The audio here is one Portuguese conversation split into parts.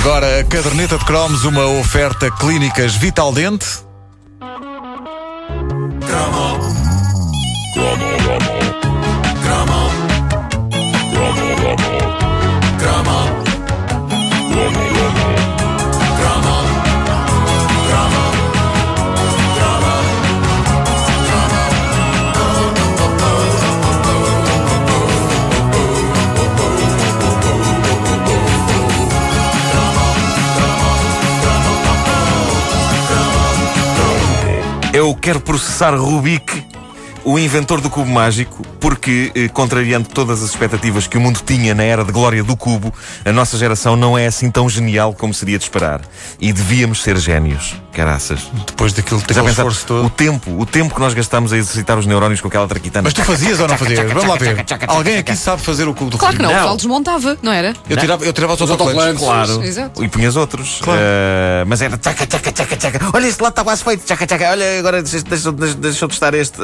Agora a caderneta de cromos, uma oferta Clínicas Vitaldente. Eu quero processar Rubik, o inventor do cubo mágico, porque, contrariando todas as expectativas que o mundo tinha na era de glória do cubo, a nossa geração não é assim tão genial como seria de esperar. E devíamos ser génios, caraças. Depois daquele esforço todo. O tempo que nós gastamos a exercitar os neurónios com aquela traquitana. Mas tu fazias ou não fazias? Vamos lá ver. Alguém aqui sabe fazer o cubo do Claro que Rubik? não, o Paulo desmontava, não era? Eu tirava os autocolantes. Claro. Exato. E punhas outros. Claro. Mas era tchaca, tchaca, tchaca, tchaca. Olha, este lado está quase feito. Tchaca, tchaca. Olha, agora deixou de estar este.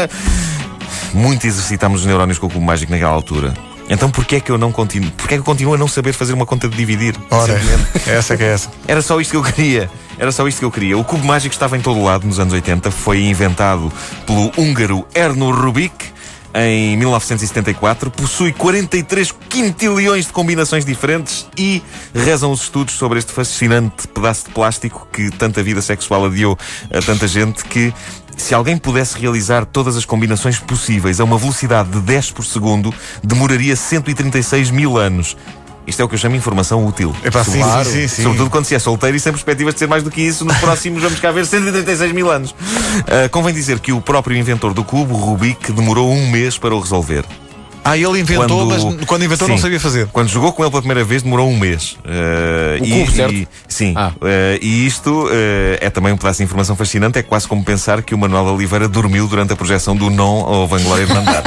Muito exercitámos os neurónios com o cubo mágico naquela altura. Então porquê é que eu não continuo? Porquê é que eu continuo a não saber fazer uma conta de dividir? Ora, essa que é essa. Era só isto que eu queria. Era só isto que eu queria. O cubo mágico estava em todo o lado nos anos 80. Foi inventado pelo húngaro Erno Rubik em 1974. Possui 43 quintilhões de combinações diferentes e rezam os estudos sobre este fascinante pedaço de plástico que tanta vida sexual adiou a tanta gente que, se alguém pudesse realizar todas as combinações possíveis a uma velocidade de 10 por segundo, demoraria 136 mil anos. Isto é o que eu chamo de informação útil. Sim. Sobretudo quando se é solteiro e sem perspectivas de ser mais do que isso, nos próximos vamos cá ver 136 mil anos. Convém dizer que o próprio inventor do cubo, Rubik, demorou um mês para o resolver. Ele inventou, mas quando inventou não sabia fazer. Quando jogou com ele pela primeira vez demorou um mês. O cubo, certo? Sim. E isto é também um pedaço de informação fascinante. É quase como pensar que o Manuel Oliveira dormiu durante a projeção do Non ao Vanglória de Mandar.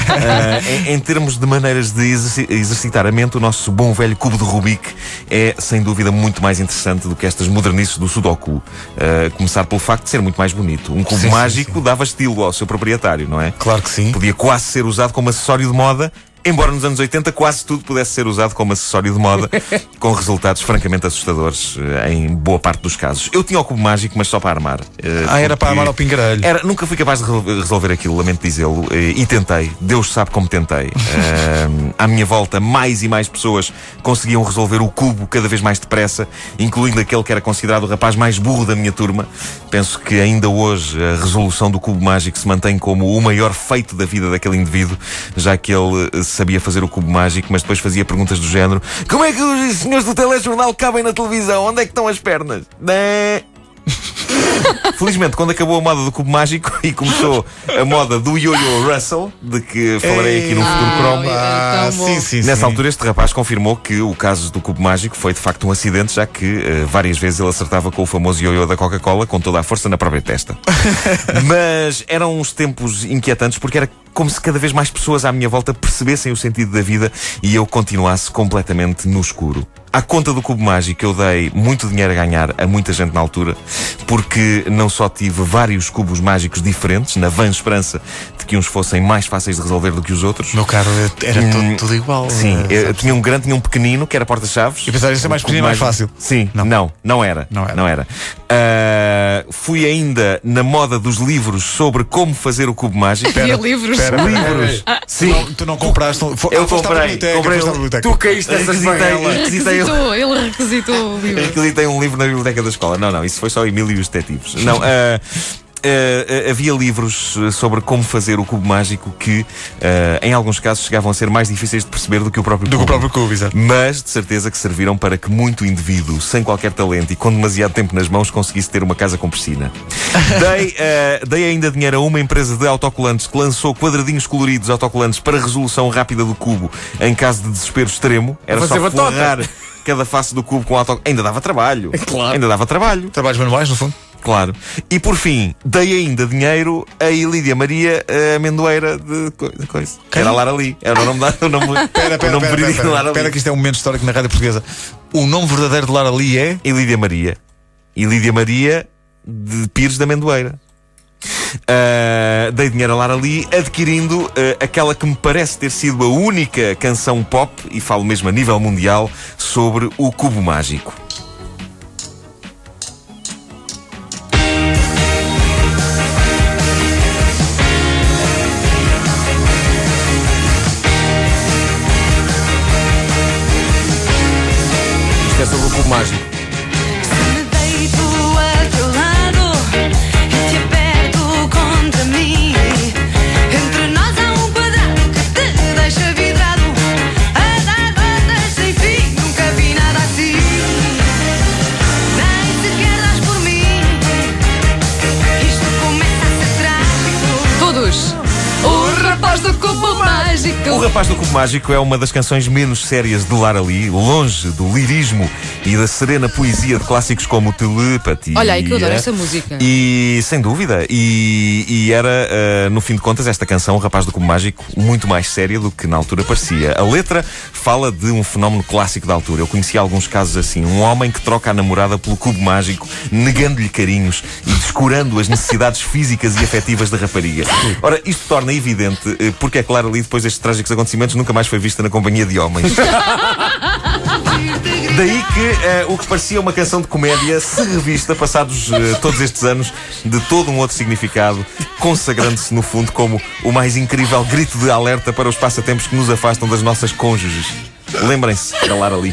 Em termos de maneiras de exercitar a mente, o nosso bom velho cubo de Rubik é sem dúvida muito mais interessante do que estas modernices do Sudoku. Começar pelo facto de ser muito mais bonito. Um cubo mágico dava estilo ao seu proprietário, não é? Claro que sim. Podia quase ser usado como acessório de moda, embora nos anos 80 quase tudo pudesse ser usado como acessório de moda, com resultados francamente assustadores em boa parte dos casos. Eu tinha o cubo mágico, mas só para armar. Era para armar ao pingarelho. Nunca fui capaz de resolver aquilo, lamento dizê-lo, e tentei. Deus sabe como tentei. À minha volta, mais e mais pessoas conseguiam resolver o cubo cada vez mais depressa, incluindo aquele que era considerado o rapaz mais burro da minha turma. Penso que ainda hoje a resolução do cubo mágico se mantém como o maior feito da vida daquele indivíduo, já que ele sabia fazer o cubo mágico, mas depois fazia perguntas do género: como é que os senhores do telejornal cabem na televisão? Onde é que estão as pernas? Felizmente, quando acabou a moda do cubo mágico e começou a moda do Yo-Yo Russell, de que falarei aqui no futuro cromo, Sim. nessa altura este rapaz confirmou que o caso do cubo mágico foi de facto um acidente, já que várias vezes ele acertava com o famoso Yo-Yo da Coca-Cola com toda a força na própria testa. Mas eram uns tempos inquietantes, porque era como se cada vez mais pessoas à minha volta percebessem o sentido da vida e eu continuasse completamente no escuro. À conta do cubo mágico eu dei muito dinheiro a ganhar a muita gente na altura, porque não só tive vários cubos mágicos diferentes, na vã esperança de que uns fossem mais fáceis de resolver do que os outros. Meu caro, era tudo igual. Sim, eu tinha um grande, tinha um pequenino, que era porta-chaves. E pensar, isso é mais pequenino e mais fácil. Sim, não era. Fui ainda na moda dos livros sobre como fazer o cubo mágico. Havia livros. Livros. Sim. Tu não compraste. Eu comprei. Tu caíste nessas Requisitei Ele requisitou o livro. Requisitei um livro na biblioteca da escola. Não, isso foi só Emílio e os Detetives. Não, havia livros sobre como fazer o cubo mágico que, em alguns casos, chegavam a ser mais difíceis de perceber do que o próprio cubo. Exato. Mas, de certeza, que serviram para que muito indivíduo, sem qualquer talento e com demasiado tempo nas mãos, conseguisse ter uma casa com piscina. Dei ainda dinheiro a uma empresa de autocolantes que lançou quadradinhos coloridos autocolantes para resolução rápida do cubo em caso de desespero extremo. Era só forrar cada face do cubo com autocolante. Ainda dava trabalho. Claro. Ainda dava trabalho. Trabalhos manuais, no fundo. Claro. E por fim, dei ainda dinheiro a Ilídia Maria, a amendoeira de coisa. Era a Lara Lee. Era o nome da. Espera, que isto é um momento histórico na rádio portuguesa. O nome verdadeiro de Lara Lee é? Ilídia Maria. Ilídia Maria de Pires da Amendoeira. Dei dinheiro a Lara Lee adquirindo aquela que me parece ter sido a única canção pop, e falo mesmo a nível mundial, sobre o cubo mágico. Isto é sobre o cubo mágico. Me deito a teu lado e te aperto contra mim. Entre nós há um quadrado que te deixa vidrado a dar voltas sem fim. Nunca vi nada assim. Nem sequer das por mim. Isto começa a ser trágico. Todos. O rapaz do cubo mágico. O Rapaz do Cubo Mágico é uma das canções menos sérias de Lara Lee, longe do lirismo e da serena poesia de clássicos como Telepatia. Olha aí que eu adoro esta música. E, sem dúvida, e era, no fim de contas, esta canção, O Rapaz do Cubo Mágico, muito mais séria do que na altura parecia. A letra fala de um fenómeno clássico da altura. Eu conheci alguns casos assim. Um homem que troca a namorada pelo cubo mágico, negando-lhe carinhos e descurando as necessidades físicas e afetivas da rapariga. Ora, isto torna evidente porque é que Lara Lee, depois destes trágicos acontecimentos, nunca mais foi vista na companhia de homens. Daí que o que parecia uma canção de comédia se revista, passados todos estes anos, de todo um outro significado, consagrando-se no fundo como o mais incrível grito de alerta para os passatempos que nos afastam das nossas cônjuges. Lembrem-se da Lara Lee.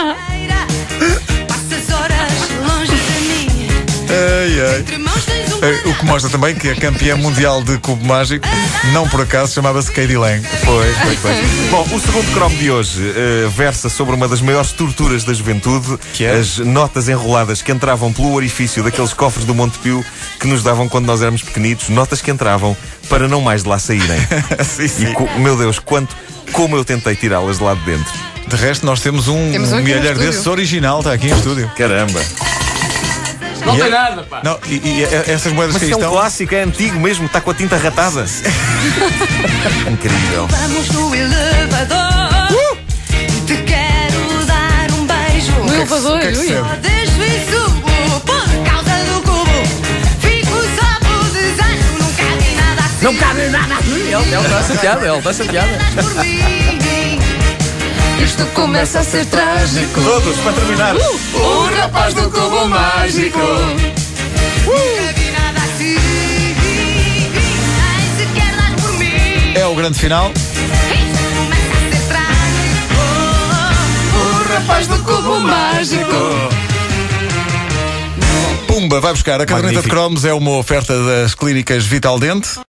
Passas horas longe de mim. Ai, ai. Entre mãos tens um O que mostra também que a campeã mundial de cubo mágico, não por acaso, chamava-se Katie Lang. Pois. Bom, o segundo cromo de hoje versa sobre uma das maiores torturas da juventude, Que é? as notas enroladas que entravam pelo orifício daqueles cofres do Montepio que nos davam quando nós éramos pequenitos, notas que entravam para não mais de lá saírem. Sim, sim. E, meu Deus, como eu tentei tirá-las de lá de dentro. De resto, nós temos um Temos um aqui no milheiro estúdio. desses original, está aqui em estúdio. Caramba. Não E tem é- nada, pá. Não, e essas moedas Mas que aí é um estão. clássico, é antigo mesmo, está com a tinta ratada. Incrível. Vamos no elevador. Te quero dar um beijo. No elevador, o que é que ui. serve? Só desço e subo por causa do cubo. Fico só por desejo. Nunca vi nada assim. Não cabe nada. Ele está chateado, ele está chateado. Por mim. Isto começa a ser trágico. Todos, para terminar. O rapaz do cubo mágico. Nunca vi nada assim. Nem sequer das por mim. É o grande final. Isto começa a ser trágico. O rapaz do cubo mágico. Pumba, vai buscar. A caderneta de Magnífico. cromos é uma oferta das clínicas Vital Dente.